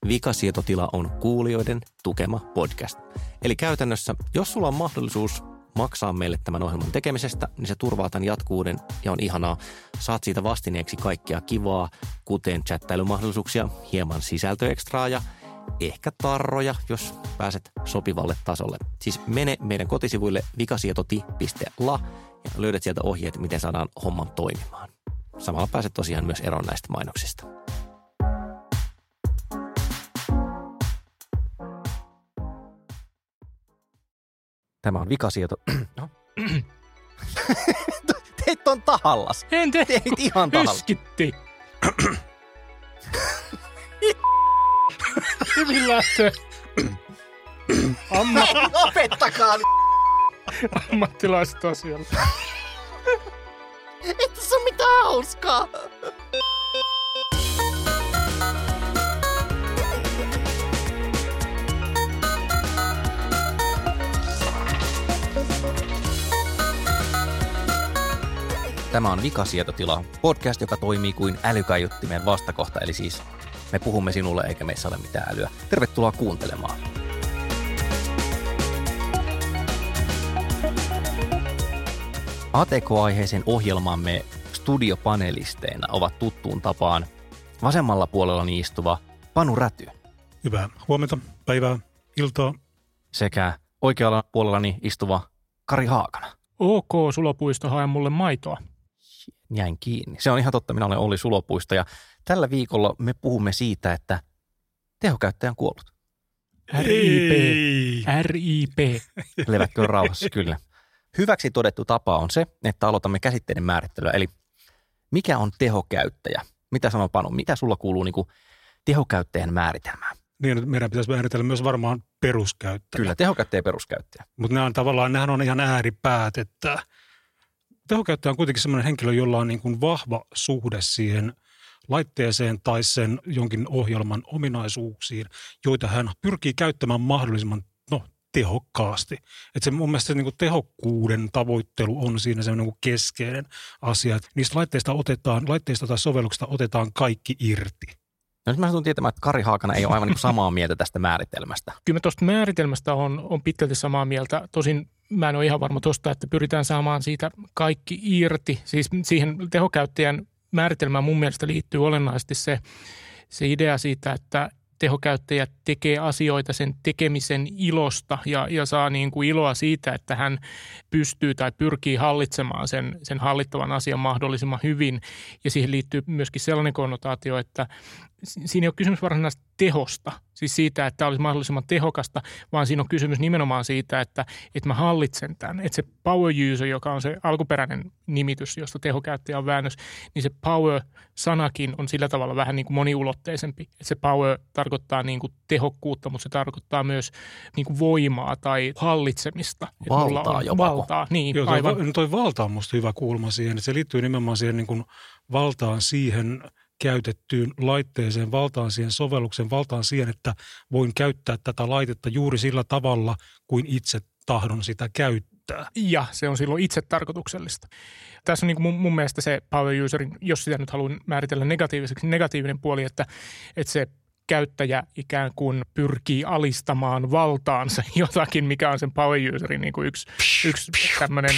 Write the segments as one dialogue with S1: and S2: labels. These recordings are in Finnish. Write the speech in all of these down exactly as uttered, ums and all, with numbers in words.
S1: Vikasietotila on kuulijoiden tukema podcast. Eli käytännössä, jos sulla on mahdollisuus maksaa meille tämän ohjelman tekemisestä, niin se turvaa tämän jatkuuden ja on ihanaa. Saat siitä vastineeksi kaikkea kivaa, kuten chattailumahdollisuuksia, hieman sisältöekstraa ja ehkä tarroja, jos pääset sopivalle tasolle. Siis mene meidän kotisivuille vikasietoti piste la ja löydät sieltä ohjeet, miten saadaan homman toimimaan. Samalla pääset tosiaan myös eroon näistä mainoksista. Tämä on Vikasieto. No. Teit ton tahallas.
S2: En te...
S1: Teit ihan tahallas.
S2: Yskitti. Hyvin lähtee. Amma...
S1: Opettakaa!
S2: Ammattilaiset asialla.
S1: Ei tässä ole mitään hauskaa. Tämä on Vikasietotila, podcast, joka toimii kuin älykaiuttimen vastakohta, eli siis me puhumme sinulle eikä meissä ole mitään älyä. Tervetuloa kuuntelemaan. A T K-aiheisen ohjelmamme studiopanelisteina ovat tuttuun tapaan vasemmalla puolellani istuva Panu Räty.
S3: Hyvää huomenta, päivää, iltaa.
S1: Sekä oikealla puolellani istuva Kari Haakana.
S2: Ok, Sulopuisto, hae mulle maitoa.
S1: Jäin kiinni. Se on ihan totta, minä olen Olli Sulopuisto ja tällä viikolla me puhumme siitä, että tehokäyttäjä on kuollut.
S2: R I P. R I P.
S1: Levätkö rauhassa, kyllä. Hyväksi todettu tapa on se, että aloitamme käsitteiden määrittelyä. Eli mikä on tehokäyttäjä? Mitä sanoo Panu? Mitä sulla kuuluu niin kuin tehokäyttäjän määritelmään?
S3: Niin, meidän pitäisi määritellä myös varmaan peruskäyttäjä.
S1: Kyllä, tehokäyttäjä ja peruskäyttäjä.
S3: Mutta nämä on tavallaan, nehän on ihan ääripäät, että tehokäyttäjä on kuitenkin sellainen henkilö, jolla on niin kuin vahva suhde siihen laitteeseen tai sen jonkin ohjelman ominaisuuksiin, joita hän pyrkii käyttämään mahdollisimman no, tehokkaasti. Että se mun mielestä se niin kuin tehokkuuden tavoittelu on siinä se niin kuin keskeinen asia. Että niistä laitteista otetaan, laitteista tai sovelluksista otetaan kaikki irti.
S1: No nyt mä satun tietämään, että Kari Haakana ei ole aivan niin kuin samaa mieltä tästä määritelmästä.
S2: Kyllä mä tuosta määritelmästä on, on pitkälti samaa mieltä. Tosin mä en ole ihan varma tuosta, että pyritään saamaan siitä kaikki irti. Siis siihen tehokäyttäjän määritelmään mun mielestä liittyy olennaisesti se, se idea siitä, että tehokäyttäjä tekee asioita sen tekemisen ilosta ja, ja saa niin kuin iloa siitä, että hän pystyy tai pyrkii hallitsemaan sen, sen hallittavan asian mahdollisimman hyvin. Ja siihen liittyy myöskin sellainen konnotaatio, että siinä ei ole kysymys varsinaisesti tehosta, siis siitä, että olisi mahdollisimman tehokasta, vaan siinä on kysymys nimenomaan siitä, että, että mä hallitsen tämän. Että se power user, joka on se alkuperäinen nimitys, josta tehokäyttäjä on väännös, niin se power-sanakin on sillä tavalla vähän niin kuin moniulotteisempi. Että se power tarkoittaa niin kuin tehokkuutta, mutta se tarkoittaa myös niin kuin voimaa tai hallitsemista.
S1: Valtaa jopa.
S2: Valtaa, niin
S3: Joo, toi,
S2: aivan.
S3: toi valta on musta hyvä kulma siihen, että se liittyy nimenomaan siihen niin kuin valtaan siihen käytettyyn laitteeseen, valtaan siihen sovelluksen, valtaan siihen, että voin käyttää tätä laitetta juuri sillä tavalla, kuin itse tahdon sitä käyttää.
S2: Ja se on silloin itse tarkoituksellista. Tässä on niin kuin mun, mun mielestä se power userin, jos sitä nyt haluan määritellä negatiiviseksi, negatiivinen puoli, että, että se käyttäjä ikään kuin pyrkii alistamaan valtaansa jotakin, mikä on sen power userin niin kuin yksi, yksi tämmöinen,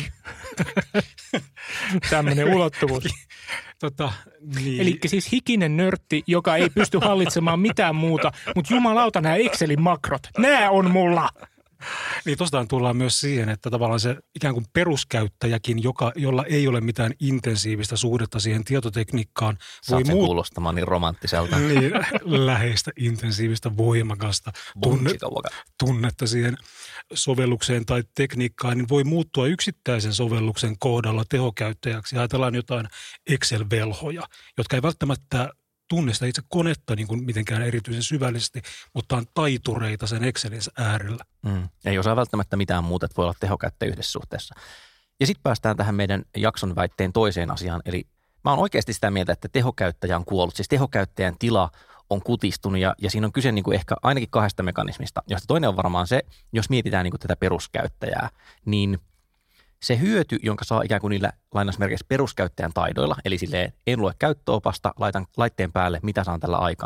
S2: tämmöinen ulottuvuus.
S3: Tota, niin.
S2: Eli siis hikinen nörtti, joka ei pysty hallitsemaan mitään muuta, mutta jumalauta nämä Excelin makrot, nämä on mulla.
S3: Niin tostaan tullaan myös siihen, että tavallaan se ikään kuin peruskäyttäjäkin, joka, jolla ei ole mitään intensiivistä suhdetta siihen tietotekniikkaan.
S1: Saat sen muut... kuulostamaan niin romanttiselta.
S3: Niin, läheistä, intensiivistä, voimakasta tunne, tunnetta siihen sovellukseen tai tekniikkaan, niin voi muuttua yksittäisen sovelluksen kohdalla tehokäyttäjäksi. Ajatellaan jotain Excel-velhoja, jotka ei välttämättä tunnista itse konetta niin kuin mitenkään erityisen syvällisesti, mutta on taitureita sen Excelinsä äärellä.
S1: Mm. Ei osaa välttämättä mitään muuta, että voi olla tehokäyttäjä yhdessä suhteessa. Ja sitten päästään tähän meidän jakson väitteen toiseen asiaan, eli mä oon oikeasti sitä mieltä, että tehokäyttäjä on kuollut. Siis tehokäyttäjän tila on kutistunut ja, ja siinä on kyse niin kuin ehkä ainakin kahdesta mekanismista, josta toinen on varmaan se, jos mietitään niin kuin tätä peruskäyttäjää, niin se hyöty, jonka saa ikään kuin niillä lainausmerkeissä peruskäyttäjän taidoilla, eli silleen en lue käyttöopasta, laitan laitteen päälle, mitä saan tällä aikaan,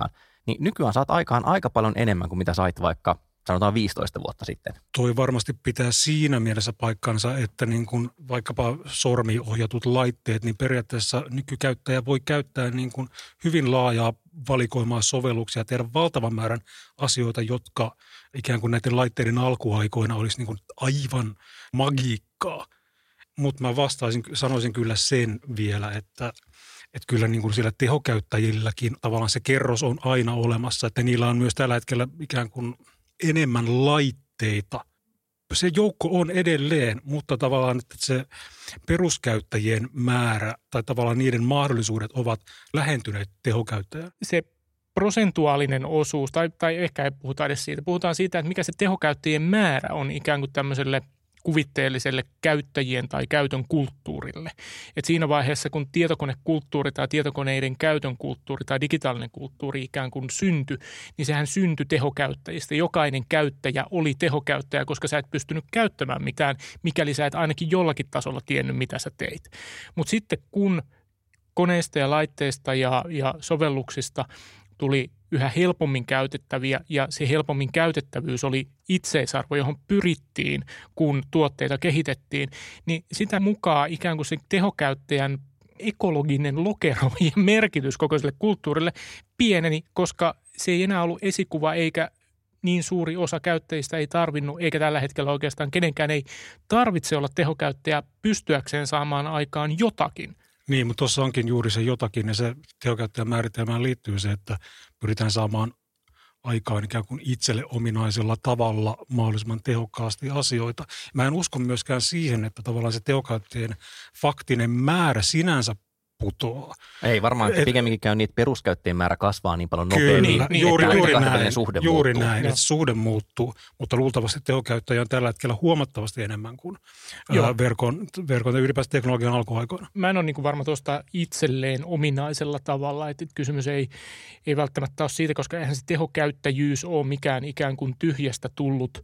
S1: niin nykyään saat aikaan aika paljon enemmän kuin mitä sait vaikka sanotaan viisitoista vuotta sitten.
S3: Toi varmasti pitää siinä mielessä paikkansa, että niin kuin vaikkapa sormiohjatut laitteet, niin periaatteessa nykykäyttäjä voi käyttää niin kuin hyvin laajaa valikoimaa sovelluksia ja tehdä valtavan määrän asioita, jotka ikään kuin näiden laitteiden alkuaikoina olisi niin kuin aivan magiikkaa. Mutta mä vastaisin, sanoisin kyllä sen vielä, että Että kyllä niin kuin siellä tehokäyttäjilläkin tavallaan se kerros on aina olemassa, että niillä on myös tällä hetkellä ikään kuin enemmän laitteita. Se joukko on edelleen, mutta tavallaan että se peruskäyttäjien määrä tai tavallaan niiden mahdollisuudet ovat lähentyneet tehokäyttäjään.
S2: Se prosentuaalinen osuus, tai, tai ehkä ei puhuta edes siitä, puhutaan siitä, että mikä se tehokäyttäjien määrä on ikään kuin tämmöiselle kuvitteelliselle käyttäjien tai käytön kulttuurille. Et siinä vaiheessa, kun tietokonekulttuuri tai tietokoneiden käytön kulttuuri tai digitaalinen kulttuuri ikään kuin syntyi, niin sehän syntyi tehokäyttäjistä. Jokainen käyttäjä oli tehokäyttäjä, koska sä et pystynyt käyttämään mitään, mikäli sä et ainakin jollakin tasolla tiennyt, mitä sä teit. Mutta sitten kun koneista ja laitteista ja, ja sovelluksista tuli yhä helpommin käytettäviä ja se helpommin käytettävyys oli itseisarvo, johon pyrittiin, kun tuotteita kehitettiin, niin sitä mukaan ikään kuin se tehokäyttäjän ekologinen lokero ja merkitys koko sille kulttuurille pieneni, koska se ei enää ollut esikuva eikä niin suuri osa käyttäjistä ei tarvinnut, eikä tällä hetkellä oikeastaan kenenkään ei tarvitse olla tehokäyttäjä pystyäkseen saamaan aikaan jotakin.
S3: Niin, mutta tuossa onkin juuri se jotakin ja se tehokäyttäjän määritelmään liittyy se, että pyritään saamaan aikaan ikään kuin itselle ominaisella tavalla mahdollisimman tehokkaasti asioita. Mä en usko myöskään siihen, että tavallaan se tehokäyttäjien faktinen määrä sinänsä putoaa.
S1: Ei varmaan, että pikemminkin käy niin, että peruskäyttäjien määrä kasvaa niin paljon nopeammin.
S3: Kyllä, niin, juuri, juuri näin,
S1: suhde
S3: juuri
S1: muuttuu.
S3: näin että suhde muuttuu, mutta luultavasti tehokäyttäjä on tällä hetkellä huomattavasti enemmän kuin ää, verkon, verkon ja ylipäätään teknologian alkuaikoina.
S2: Mä en ole niin kuin varma tuosta itselleen ominaisella tavalla, että kysymys ei, ei välttämättä ole siitä, koska eihän se tehokäyttäjyys ole mikään ikään kuin tyhjästä tullut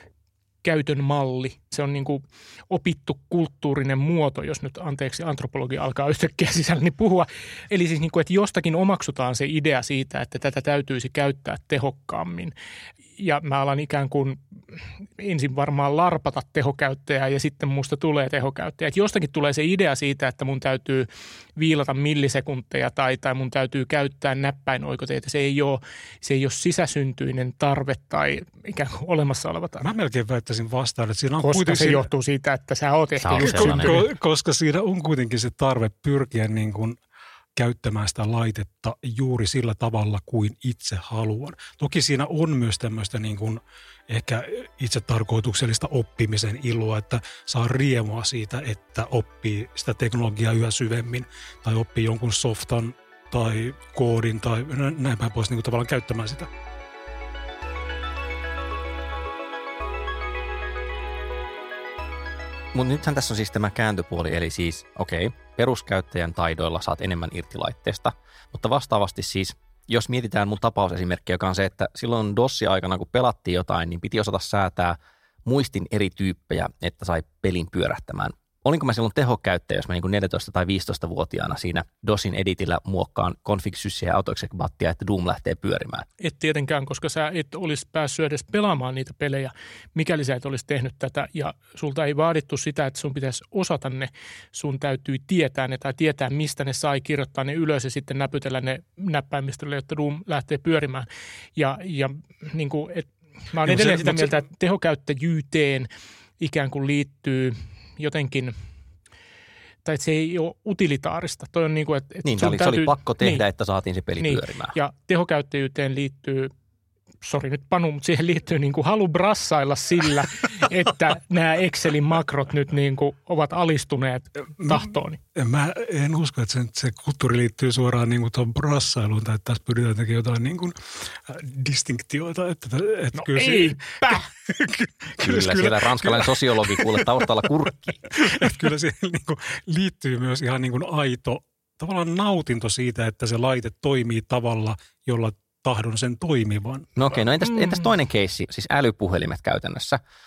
S2: käytön malli. Se on niin kuin opittu kulttuurinen muoto, jos nyt anteeksi antropologia alkaa yhtäkkiä sisälläni puhua. Eli siis niin kuin, että jostakin omaksutaan se idea siitä, että tätä täytyisi käyttää tehokkaammin. Ja mä alan ikään kuin ensin varmaan larpata tehokäyttäjää ja sitten musta tulee tehokäyttäjä. Että jostakin tulee se idea siitä, että mun täytyy viilata millisekunteja tai, tai mun täytyy käyttää näppäinoikoteita. Se ei ole, se ei ole sisäsyntyinen tarve tai ikään kuin olemassa oleva tarve.
S3: Mä melkein väittäisin vastaan, että siinä on
S2: koska
S3: kuitenkin...
S2: se johtuu siitä, että sä oot ehkä just
S3: ko- koska siinä on kuitenkin se tarve pyrkiä niin kuin käyttämään sitä laitetta juuri sillä tavalla kuin itse haluan. Toki siinä on myös tämmöistä niin kuin ehkä itse tarkoituksellista oppimisen iloa, että saa riemua siitä, että oppii sitä teknologiaa yhä syvemmin tai oppii jonkun softan tai koodin tai näin päin pois niin kuin tavallaan käyttämään sitä.
S1: Mutta nythän tässä on siis tämä kääntöpuoli, eli siis okei, okay, peruskäyttäjän taidoilla saat enemmän irti laitteesta, mutta vastaavasti siis, jos mietitään mun tapausesimerkki, joka on se, että silloin DOS-aikana, kun pelattiin jotain, niin piti osata säätää muistin eri tyyppejä, että sai pelin pyörähtämään. Olinko mä silloin tehokäyttäjä, jos mä niin neljätoista- tai viisitoista-vuotiaana siinä DOSin editillä muokkaan config-syssiä ja autoexec-battia, että Doom lähtee pyörimään?
S2: Et tietenkään, koska sä et olisi päässyt edes pelaamaan niitä pelejä, mikäli sä et olisi tehnyt tätä. Ja sulta ei vaadittu sitä, että sun pitäisi osata ne. Sun täytyy tietää ne tai tietää, mistä ne sai, kirjoittaa ne ylös ja sitten näpytellä ne näppäimistölle, jotta Doom lähtee pyörimään. Ja, ja niin kuin, et, mä olen edelleen sitä mieltä, että tehokäyttäjyyteen ikään kuin liittyy jotenkin, tai että se ei ole utilitaarista. Toi on niin kuin, että, että
S1: niin,
S2: sun
S1: oli,
S2: täytyy,
S1: se oli pakko tehdä,
S2: niin,
S1: että saatiin se peli
S2: niin,
S1: pyörimään.
S2: Ja tehokäyttäjyyteen liittyy, sori nyt Panu, mutta siihen liittyy niin kuin halu brassailla sillä, että nämä Excelin makrot nyt niin kuin ovat alistuneet tahtooni.
S3: Mä en usko, että se, se kulttuuri liittyy suoraan niin kuin tuon brassailuun, tai että tässä pyritään tekemään jotain niin kuin distinktioita. Että, että
S2: no
S3: kyllä
S2: eipä!
S3: Se,
S1: kyllä, kyllä siellä kyllä, ranskalainen kyllä. Sosiologi kuule taustalla kurkkii.
S3: Että kyllä siihen niin kuin liittyy myös ihan niin kuin aito, tavallaan nautinto siitä, että se laite toimii tavalla, jolla tahdon sen toimivan.
S1: No okei, okay, no entäs, entäs toinen keissi, siis älypuhelimet käytännössä.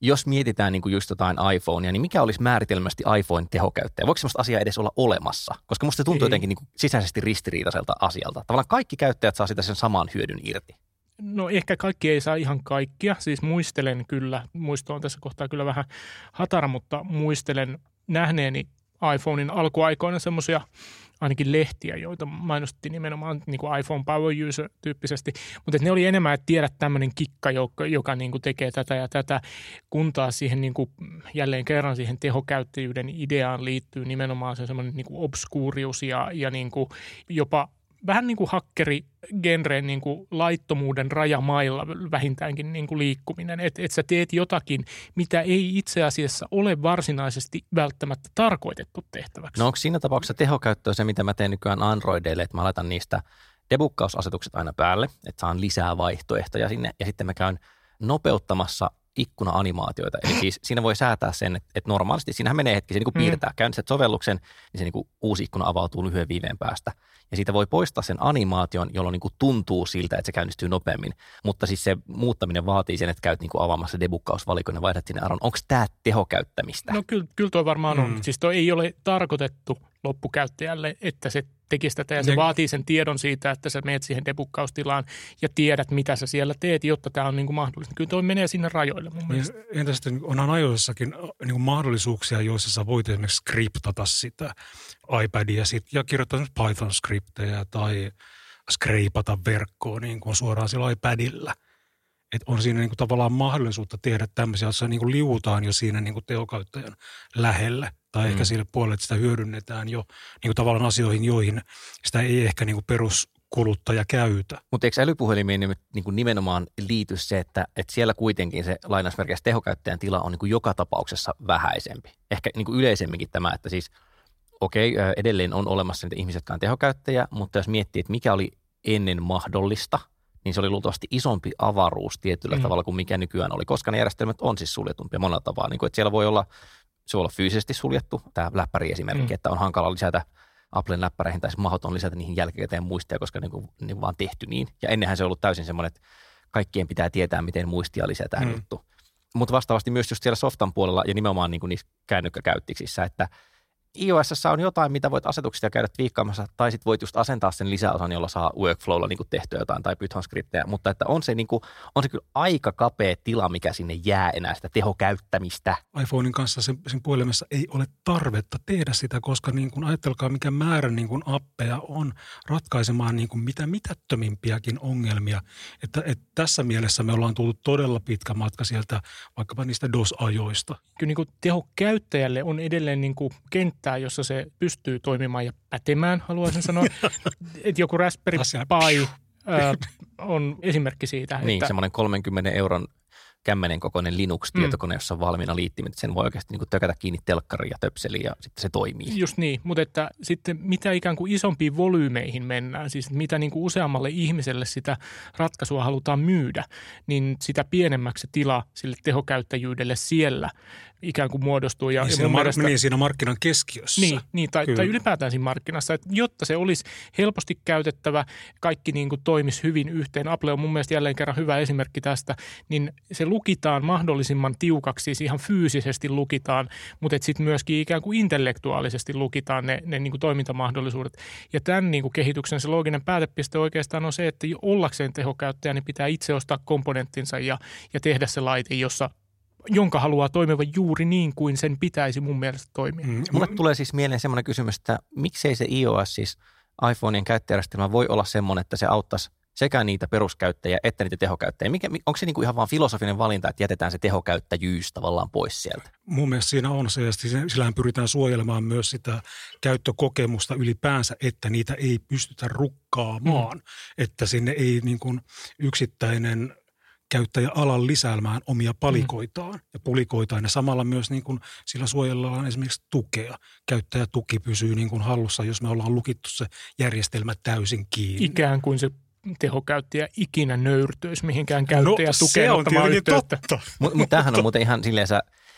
S1: jos mietitään niin kuin just jotain iPhonea, niin mikä olisi määritelmästi iPhone-tehokäyttäjä? Voiko sellaista asiaa edes olla olemassa? Koska musta se tuntuu Ei. jotenkin niin kuin sisäisesti ristiriitaiselta asialta. Tavallaan kaikki käyttäjät saa sitä sen saman hyödyn irti.
S2: No ehkä kaikki ei saa ihan kaikkia. Siis muistelen kyllä, muisto on tässä kohtaa kyllä vähän hatara, mutta muistelen nähneeni iPhonein alkuaikoina semmoisia ainakin lehtiä, joita mainostettiin nimenomaan niin kuin iPhone Power User-tyyppisesti, mutta ne oli enemmän, että tiedät tämmöinen kikka, joka, joka niin kuin tekee tätä ja tätä, kun taas siihen niin kuin, jälleen kerran siihen tehokäyttäjyyden ideaan liittyy nimenomaan se semmoinen niin kuin obskuurius ja, ja niin kuin jopa vähän niin kuin hakkerigenreen niin kuin laittomuuden rajamailla vähintäänkin niin kuin liikkuminen, että et sä teet jotakin, mitä ei itse asiassa ole varsinaisesti välttämättä tarkoitettu tehtäväksi.
S1: No onko siinä tapauksessa tehokäyttöä se, mitä mä teen nykyään Androideille, että mä laitan niistä debuggausasetukset aina päälle, että saan lisää vaihtoehtoja sinne ja sitten mä käyn nopeuttamassa ikkuna-animaatioita. Eli siis siinä voi säätää sen, että, että normaalisti siinähän menee hetki, se niin kuin piirtää, mm. käynnistät sovelluksen, niin se niin kuin uusi ikkuna avautuu lyhyen viiveen päästä. Ja siitä voi poistaa sen animaation, jolloin niin kuin tuntuu siltä, että se käynnistyy nopeammin. Mutta siis se muuttaminen vaatii sen, että käyt niin kuin avaamassa debuggausvalikon ja vaihdat sinne arvon. Onko tämä tehokäyttämistä?
S2: No kyllä, kyllä tuo varmaan on. Mm. Siis tuo ei ole tarkoitettu loppukäyttäjälle, että se tekisi tätä ja se ja vaatii sen tiedon siitä, että sä meet siihen debuggaustilaan ja tiedät, mitä sä siellä teet, jotta tämä on niin kuin mahdollista. Kyllä tuo menee sinne rajoille mun mielestä.
S3: Entä sitten onhan iOSissakin niin kuin mahdollisuuksia, joissa sä voit esimerkiksi skriptata sitä iPadia sit, ja kirjoittaa Python-skriptejä tai skreipata verkkoon niin kuin suoraan sillä iPadilla. Että on siinä niin kuin tavallaan mahdollisuutta tehdä tämmöisiä, joissa niin kuin liuutaan jo siinä niin kuin tehokäyttäjän lähellä. Tai mm. ehkä sille puolelle, että sitä hyödynnetään jo niin kuin tavallaan asioihin, joihin sitä ei ehkä niin kuin peruskuluttaja käytä.
S1: Mutta eikö älypuhelimiin niin kuin nimenomaan liity se, että, että siellä kuitenkin se lainausmerkeissä tehokäyttäjän tila on niin kuin joka tapauksessa vähäisempi? Ehkä niin kuin yleisemminkin tämä, että siis okei, edelleen on olemassa niitä ihmisiä, jotka on tehokäyttäjä, mutta jos miettii, että mikä oli ennen mahdollista, niin se oli luultavasti isompi avaruus tietyllä mm. tavalla kuin mikä nykyään oli, koska ne järjestelmät on siis suljetumpia monella tavalla. Niin kuin, että siellä voi olla, se voi olla fyysisesti suljettu, tämä läppäri esimerkki, mm. että on hankala lisätä Applen läppäreihin tai mahdoton lisätä niihin jälkikäteen muistia, koska ne on niin vaan tehty niin. Ja ennenhän se on ollut täysin semmoinen, että kaikkien pitää tietää, miten muistia lisätään mm. juttu. Mutta vastaavasti myös just siellä softan puolella ja nimenomaan niin kuin niissä kännykkäkäyttiksissä, että iOS:ssä on jotain, mitä voit asetuksista käydä twiikkaamassa, tai sitten voit just asentaa sen lisäosan, jolla saa workflowlla niin kuin tehtyä jotain tai Python-skriptejä, mutta että on se, niin kuin, on se kyllä aika kapea tila, mikä sinne jää enää sitä tehokäyttämistä.
S3: iPhonein kanssa sen, sen puhelimessa ei ole tarvetta tehdä sitä, koska niin kuin ajatelkaa, mikä määrä niin kuin appeja on ratkaisemaan niin kuin mitä mitättömimpiäkin ongelmia. Että, että tässä mielessä me ollaan tullut todella pitkä matka sieltä vaikkapa niistä DOS-ajoista.
S2: Kyllä niin kuin tehokäyttäjälle on edelleen niin kuin kenttä, jossa se pystyy toimimaan ja pätemään, haluaisin sanoa. Että joku Raspberry Pi ää, on esimerkki siitä.
S1: Niin,
S2: että
S1: semmoinen kolmenkymmenen euron kämmenen kokoinen Linux-tietokone, jossa on valmiina liittimet. Sen voi oikeasti niin kuin tökätä kiinni telkkariin ja töpseliin ja sitten se toimii.
S2: Just niin, mutta että sitten mitä ikään kuin isompiin volyymeihin mennään, siis mitä niin kuin useammalle ihmiselle sitä ratkaisua halutaan myydä, niin sitä pienemmäksi se tila sille tehokäyttäjyydelle siellä ikään kuin muodostuu. Ja,
S3: niin,
S2: ja
S3: siinä, mar-
S2: mielestä,
S3: niin siinä markkinan keskiössä.
S2: Niin, niin tai, tai ylipäätään siinä markkinassa, että jotta se olisi helposti käytettävä, kaikki niin kuin toimisi hyvin yhteen. Apple on mun mielestä jälleen kerran hyvä esimerkki tästä, niin se lukitaan mahdollisimman tiukaksi, siis ihan fyysisesti lukitaan, mutta sitten myöskin ikään kuin intellektuaalisesti lukitaan ne, ne niin kuin toimintamahdollisuudet. Ja tämän niin kuin kehityksen se looginen päätepiste oikeastaan on se, että ollakseen tehokäyttäjä, niin pitää itse ostaa komponenttinsa ja, ja tehdä se laite, jossa jonka haluaa toimiva juuri niin kuin sen pitäisi mun mielestä toimia. Mm.
S1: Mulle tulee siis mieleen semmoinen kysymys, että miksei se iOS, siis iPhonein käyttäjärjestelmä voi olla semmoinen, että se auttaisi sekä niitä peruskäyttäjiä että niitä tehokäyttäjiä. Mikä, onko se niinku ihan vaan filosofinen valinta, että jätetään se tehokäyttäjyys tavallaan pois sieltä?
S3: Mun mielestä siinä on se, ja sillähän pyritään suojelemaan myös sitä käyttökokemusta ylipäänsä, että niitä ei pystytä rukkaamaan, mm. että sinne ei niin kuin yksittäinen käyttäjä alan lisäämään omia palikoitaan mm. ja pulikoitaan. Ja samalla myös niin kuin sillä suojellaan esimerkiksi tukea. Käyttäjätuki pysyy niin kuin hallussa, jos me ollaan lukittu se järjestelmä täysin kiinni.
S2: Ikään kuin se tehokäyttäjä ikinä nöyrtyisi mihinkään käyttäjätukeen
S3: no,
S2: ottamaan yhteyttä.
S1: Mutta mut tämähän on muuten ihan silleen,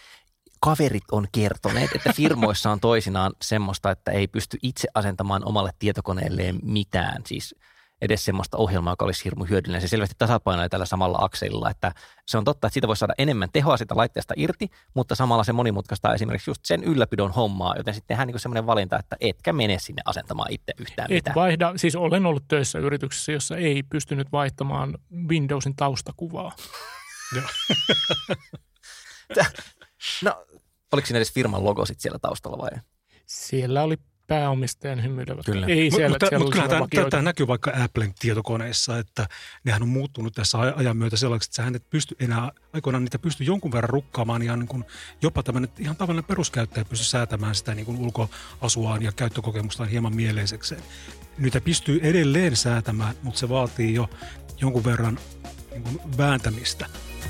S1: kaverit on kertoneet, että firmoissa on toisinaan semmoista, että ei pysty itse asentamaan omalle tietokoneelleen mitään. Siis edes semmoista ohjelmaa, joka olisi hirmu hyödyllinen. Se selvästi tasapainoi tällä samalla akselilla, että se on totta, että siitä voi saada enemmän tehoa sitä laitteesta irti, mutta samalla se monimutkaistaa esimerkiksi just sen ylläpidon hommaa, joten sitten tehdään niin semmoinen valinta, että etkä mene sinne asentamaan itse yhtään
S2: Et
S1: mitään.
S2: vaihda, siis olen ollut töissä yrityksessä, jossa ei pystynyt vaihtamaan Windowsin taustakuvaa.
S1: No, oliko siinä edes firman logo sitten siellä taustalla vai?
S2: Siellä oli pääomistajan hymyilevät.
S1: Kyllä.
S2: Ei siellä,
S3: mutta
S2: siellä
S3: mutta kyllähän tämä, tämä näkyy vaikka Applen tietokoneissa, että nehän on muuttunut tässä ajan myötä sellaiseksi, että sähän et pysty enää, aikoinaan niitä pysty jonkun verran rukkaamaan, ihan niin kuin jopa tämmöinen ihan tavallinen peruskäyttäjä pystyy säätämään sitä niin kuin ulkoasuaan ja käyttökokemustaan hieman mieleisekseen. Niitä pystyy edelleen säätämään, mutta se vaatii jo jonkun verran niin kuin vääntämistä.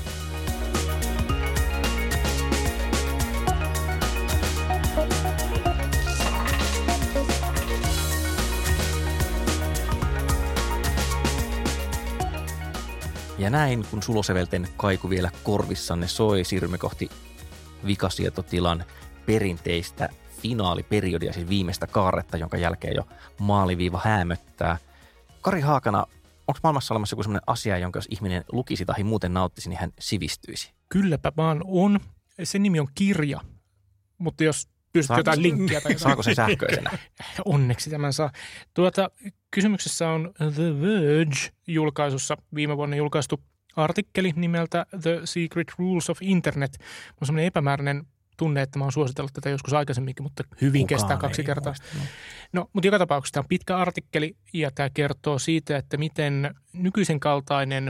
S1: Ja näin, kun sulosävelten kaiku vielä korvissanne soi, siirrymme kohti vikasietotilan perinteistä finaaliperioodia, siis viimeistä kaaretta, jonka jälkeen jo maaliviiva häämöttää. Kari Haakana, onko maailmassa olemassa joku sellainen asia, jonka jos ihminen lukisi tai muuten nauttisi, niin hän sivistyisi?
S2: Kylläpä vaan on. Sen nimi on kirja, mutta jos pystyt jotain linkkiä tai jotain.
S1: Saako se sähköisenä?
S2: Onneksi tämän saa. Tuota, kysymyksessä on The Verge-julkaisussa viime vuonna julkaistu artikkeli nimeltä The Secret Rules of Internet. On semmoinen epämääräinen tunne, että mä oon suositellut tätä joskus aikaisemminkin, mutta hyvin
S1: Kukaan
S2: kestää kaksi
S1: ei
S2: kertaa.
S1: muista.
S2: No, mutta joka tapauksessa tämä on pitkä artikkeli ja tämä kertoo siitä, että miten nykyisen kaltainen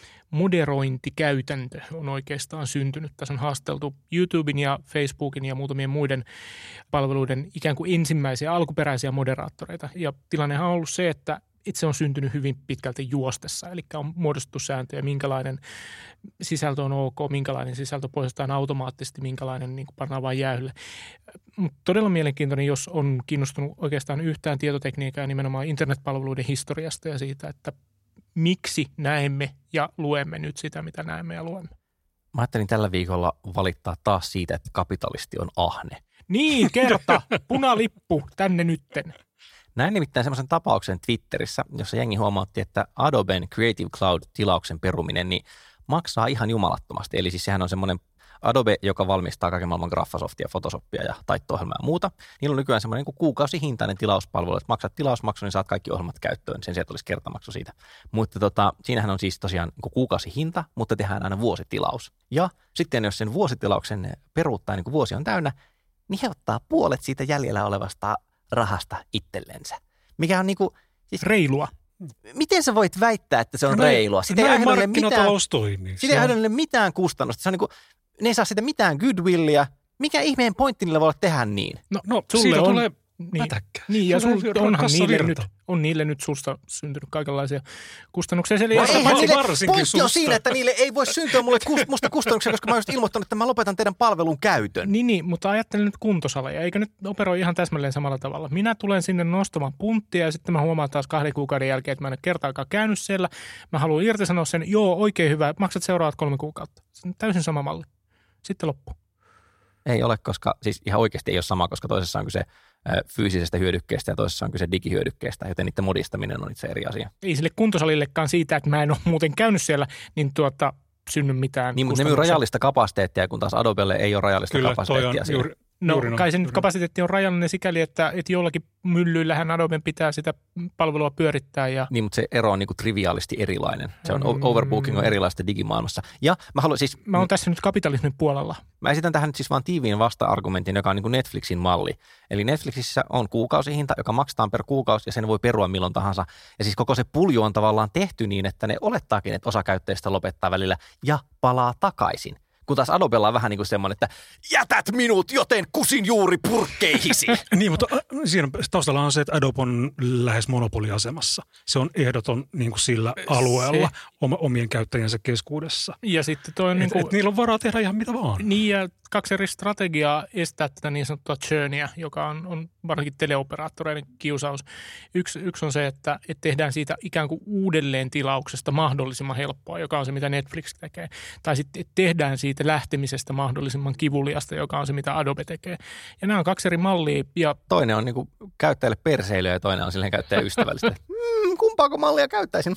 S2: moderointikäytäntö on oikeastaan syntynyt. Tässä on haasteltu YouTuben ja Facebookin ja muutamien muiden palveluiden ikään kuin ensimmäisiä alkuperäisiä moderaattoreita. Ja tilannehan on ollut se, että itse on syntynyt hyvin pitkälti juostessa, eli on muodostettu sääntöjä, minkälainen sisältö on ok, minkälainen sisältö poistetaan automaattisesti, minkälainen niin kuin pannaan vain jäähylle. Mutta todella mielenkiintoinen, jos on kiinnostunut oikeastaan yhtään tietotekniikkaa ja nimenomaan internetpalveluiden historiasta ja siitä, että miksi näemme ja luemme nyt sitä, mitä näemme ja luemme.
S1: Mä ajattelin tällä viikolla valittaa taas siitä, että kapitalisti on ahne.
S2: Niin, kerta. Punalippu tänne nytten.
S1: Näin nimittäin semmoisen tapauksen Twitterissä, jossa jengi huomautti, että Adoben Creative Cloud-tilauksen peruminen niin maksaa ihan jumalattomasti. Eli siis sehän on semmoinen Adobe, joka valmistaa kaiken maailman Graphosoftia, Photoshopia ja taitto-ohjelmaa ja muuta. Niillä on nykyään semmoinen niin kuukausihintainen tilauspalvelu, että maksat tilausmaksun, niin saat kaikki ohjelmat käyttöön. Sen sijaan olisi kertamaksu siitä. Mutta tota, siinähän on siis tosiaan niin kuukausihinta, mutta tehdään aina vuositilaus. Ja sitten jos sen vuositilauksen peruuttaa, niin kuin vuosi on täynnä, niin he ottaa puolet siitä jäljellä olevasta rahasta itsellensä. Mikä on niin kuin, siis
S2: reilua.
S1: Miten sä voit väittää, että se on
S3: no
S1: reilua? Sitä
S3: näin
S1: ei
S3: markkinatalous toimii.
S1: Sitä ei aiheuta mitään kustannusta. Se on niin kuin, ne ei saa sitä mitään goodwillia. Mikä ihmeen pointti niillä voi olla tehdä niin?
S3: No, no siitä
S2: on,
S3: tulee
S2: niin,
S3: pätäkkä.
S2: Niin, ja sul, onhan niille
S3: virta.
S2: nyt, on niille nyt susta syntynyt kaikenlaisia kustannuksia.
S1: No
S2: ei
S1: niille,
S3: varsinkin
S1: pointti
S3: susta.
S1: on siinä, että niille ei voi syntyä mulle kust, musta kustannuksia, koska mä oon just ilmoittanut, että mä lopetan teidän palvelun käytön.
S2: Niin, niin, mutta ajattelen nyt kuntosaleja. Eikö nyt operoi ihan täsmälleen samalla tavalla? Minä tulen sinne nostamaan punttia ja sitten mä huomaan taas kahden kuukauden jälkeen, että mä en ole kertaakaan käynyt siellä. Mä haluan irtisanoa sen. Joo, oikein hyvä. Maksat seuraavat kolme kuukautta. Se on täysin sama malli. Sitten loppu.
S1: Ei ole, koska siis ihan oikeasti ei ole sama, koska toisessa on kyse fyysisestä hyödykkeestä ja toisessa on kyse digihyödykkeestä, joten niiden modistaminen on itse eri asia.
S2: Ei sille kuntosalillekaan siitä, että mä en ole muuten käynyt siellä, niin tuota synny mitään.
S1: Niin, mutta ne myy rajallista kapasiteettia, kun taas Adobelle ei ole rajallista
S3: Kyllä,
S1: kapasiteettia.
S3: toi on juuri,
S2: No
S3: juuri
S2: kai se
S3: juuri.
S2: nyt kapasiteetti on rajallinen sikäli, että, että jollakin myllyillähän Adoben pitää sitä palvelua pyörittää. Ja
S1: Niin, mutta se ero on niin kuin triviaalisti erilainen. Se on mm. overbooking on erilaista digimaailmassa. Ja mä haluan siis...
S2: Mä oon tässä nyt kapitalismin puolella.
S1: Mä esitän tähän nyt siis vaan tiiviin vasta-argumentin, joka on niin kuin Netflixin malli. Eli Netflixissä on kuukausihinta, joka maksetaan per kuukausi ja sen voi perua milloin tahansa. Ja siis koko se pulju on tavallaan tehty niin, että ne olettaakin, että osa käyttäjistä lopettaa välillä ja palaa takaisin. Kun taas Adobella on vähän niin kuin semmoinen, että jätät minut, joten kusin juuri purkkeihisi.
S3: Niin, mutta siinä taustalla on se, että Adobe on lähes monopoliasemassa. Se on ehdoton niin kuin sillä alueella
S2: se,
S3: omien käyttäjänsä keskuudessa.
S2: Ja sitten toi on niin kuin,
S3: et niillä on varaa tehdä ihan mitä vaan.
S2: Niin ja kaksi eri strategiaa estää tätä niin sanottua churnia, joka on, on varsinkin teleoperaattoreiden kiusaus. Yksi, yksi on se, että, että tehdään siitä ikään kuin uudelleen tilauksesta mahdollisimman helppoa, joka on se, mitä Netflix tekee. Tai sitten tehdään siitä lähtemisestä mahdollisimman kivuliasta, joka on se, mitä Adobe tekee. Ja nämä on kaksi eri mallia. Ja
S1: toinen on niin kuin käyttäjälle perseilyä ja toinen on silleen käyttäjäystävällistä. hmm, kumpaako mallia käyttäisin?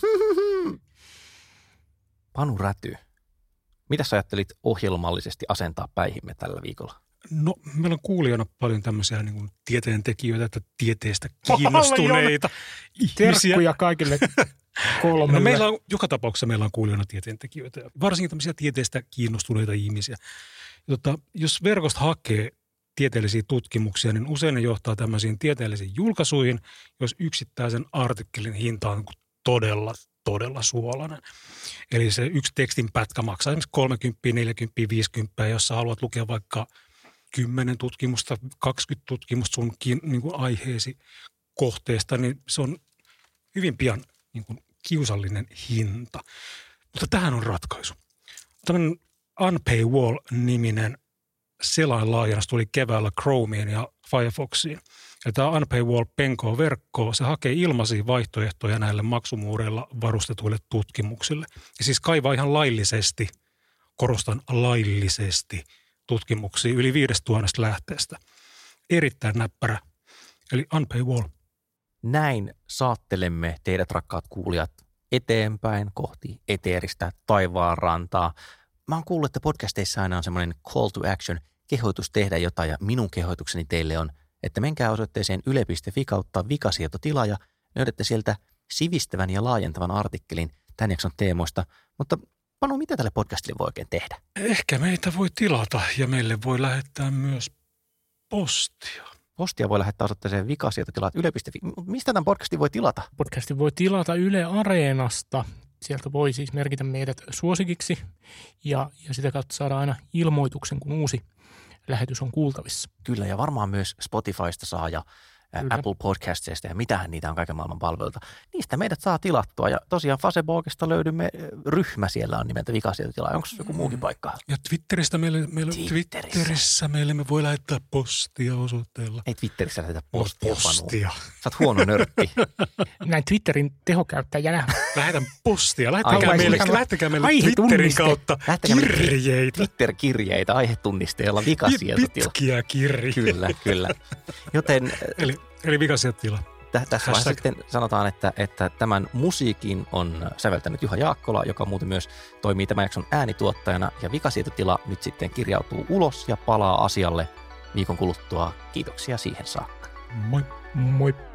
S1: Panu Räty. Mitä sä ajattelit ohjelmallisesti asentaa päihimme tällä viikolla?
S3: No, meillä on kuulijana paljon tämmöisiä niin kuin tieteentekijöitä, että tieteestä kiinnostuneita ihmisiä.
S2: Terkkuja kaikille kolmelle.
S3: No, meillä on, joka tapauksessa meillä on kuulijana tieteentekijöitä, varsinkin tämmöisiä tieteestä kiinnostuneita ihmisiä. Tota, jos verkosta hakee tieteellisiä tutkimuksia, niin usein ne johtaa tämmöisiin tieteellisiin julkaisuihin, jos yksittäisen artikkelin hinta on todella, todella suolainen. Eli se yksi tekstin pätkä maksaa esimerkiksi kolmekymmentä, neljäkymmentä, viisikymmentä, jos sä haluat lukea vaikka kymmenen tutkimusta, kaksikymmentä tutkimusta sun niin kuin aiheesi kohteesta, niin se on hyvin pian niin kuin kiusallinen hinta. Mutta tähän on ratkaisu. Tällainen Unpaywall-niminen selainlaajennus tuli keväällä Chromeen ja Firefoxiin. Ja tämä Unpaywall penkoo verkkoa, se hakee ilmaisia vaihtoehtoja näille maksumuureilla varustetuille tutkimuksille. Ja siis kaivaa ihan laillisesti, korostan laillisesti, tutkimuksia yli viidestuhannesta lähteestä. Erittäin näppärä, eli Unpaywall.
S1: Näin saattelemme teidät, rakkaat kuulijat, eteenpäin kohti eteeristä taivaanrantaa. Mä oon kuullut, että podcasteissa aina on semmoinen call to action, kehoitus tehdä jotain, ja minun kehoitukseni teille on, että menkää osoitteeseen yle piste fi kautta vikasietotila ja löydätte sieltä sivistävän ja laajentavan artikkelin tämän jakson teemoista. Mutta Panu, mitä tälle podcastille voi oikein tehdä?
S3: Ehkä meitä voi tilata ja meille voi lähettää myös postia.
S1: Postia voi lähettää osoitteeseen vikasietotila yle piste fi. Mistä tämän podcastin voi tilata?
S2: Podcastin voi tilata Yle Areenasta. Sieltä voi siis merkitä meidät suosikiksi ja, ja sitä kautta saada aina ilmoituksen, kun uusi lähetys on kuultavissa.
S1: Kyllä, ja varmaan myös Spotifysta saa ja Kyllä. Apple Podcastista ja mitähän niitä on kaiken maailman palveluita. Niistä meidät saa tilattua ja tosiaan Facebookista löydymme, ryhmä siellä on nimeltä Vikasietotila. Onko joku muukin paikka?
S3: Ja Twitteristä meille, meille,
S1: Twitterissä.
S3: Twitterissä meille me voi lähettää postia osoitteella.
S1: Ei Twitterissä lähetä postia,
S3: postia.
S1: Panu. Sä oot huono nörtti.
S2: Näin Twitterin tehokäyttäjänä.
S3: Lähetän postia. Lähettäkää meille, lähettäkää meille Twitterin kautta kirjeitä.
S1: Twitter-kirjeitä aihetunnisteella Vikasietotila.
S3: Pitkiä kirjeitä.
S1: Kyllä, kyllä. Joten
S3: Eli, eli Vikasietotila.
S1: Tä, tässä vaiheessa sitten sanotaan, että, että tämän musiikin on säveltänyt Juha Jaakkola, joka muuten myös toimii tämän jakson äänituottajana. Ja Vikasietotila nyt sitten kirjautuu ulos ja palaa asialle viikon kuluttua. Kiitoksia siihen saakka.
S3: Moi.
S2: Moi.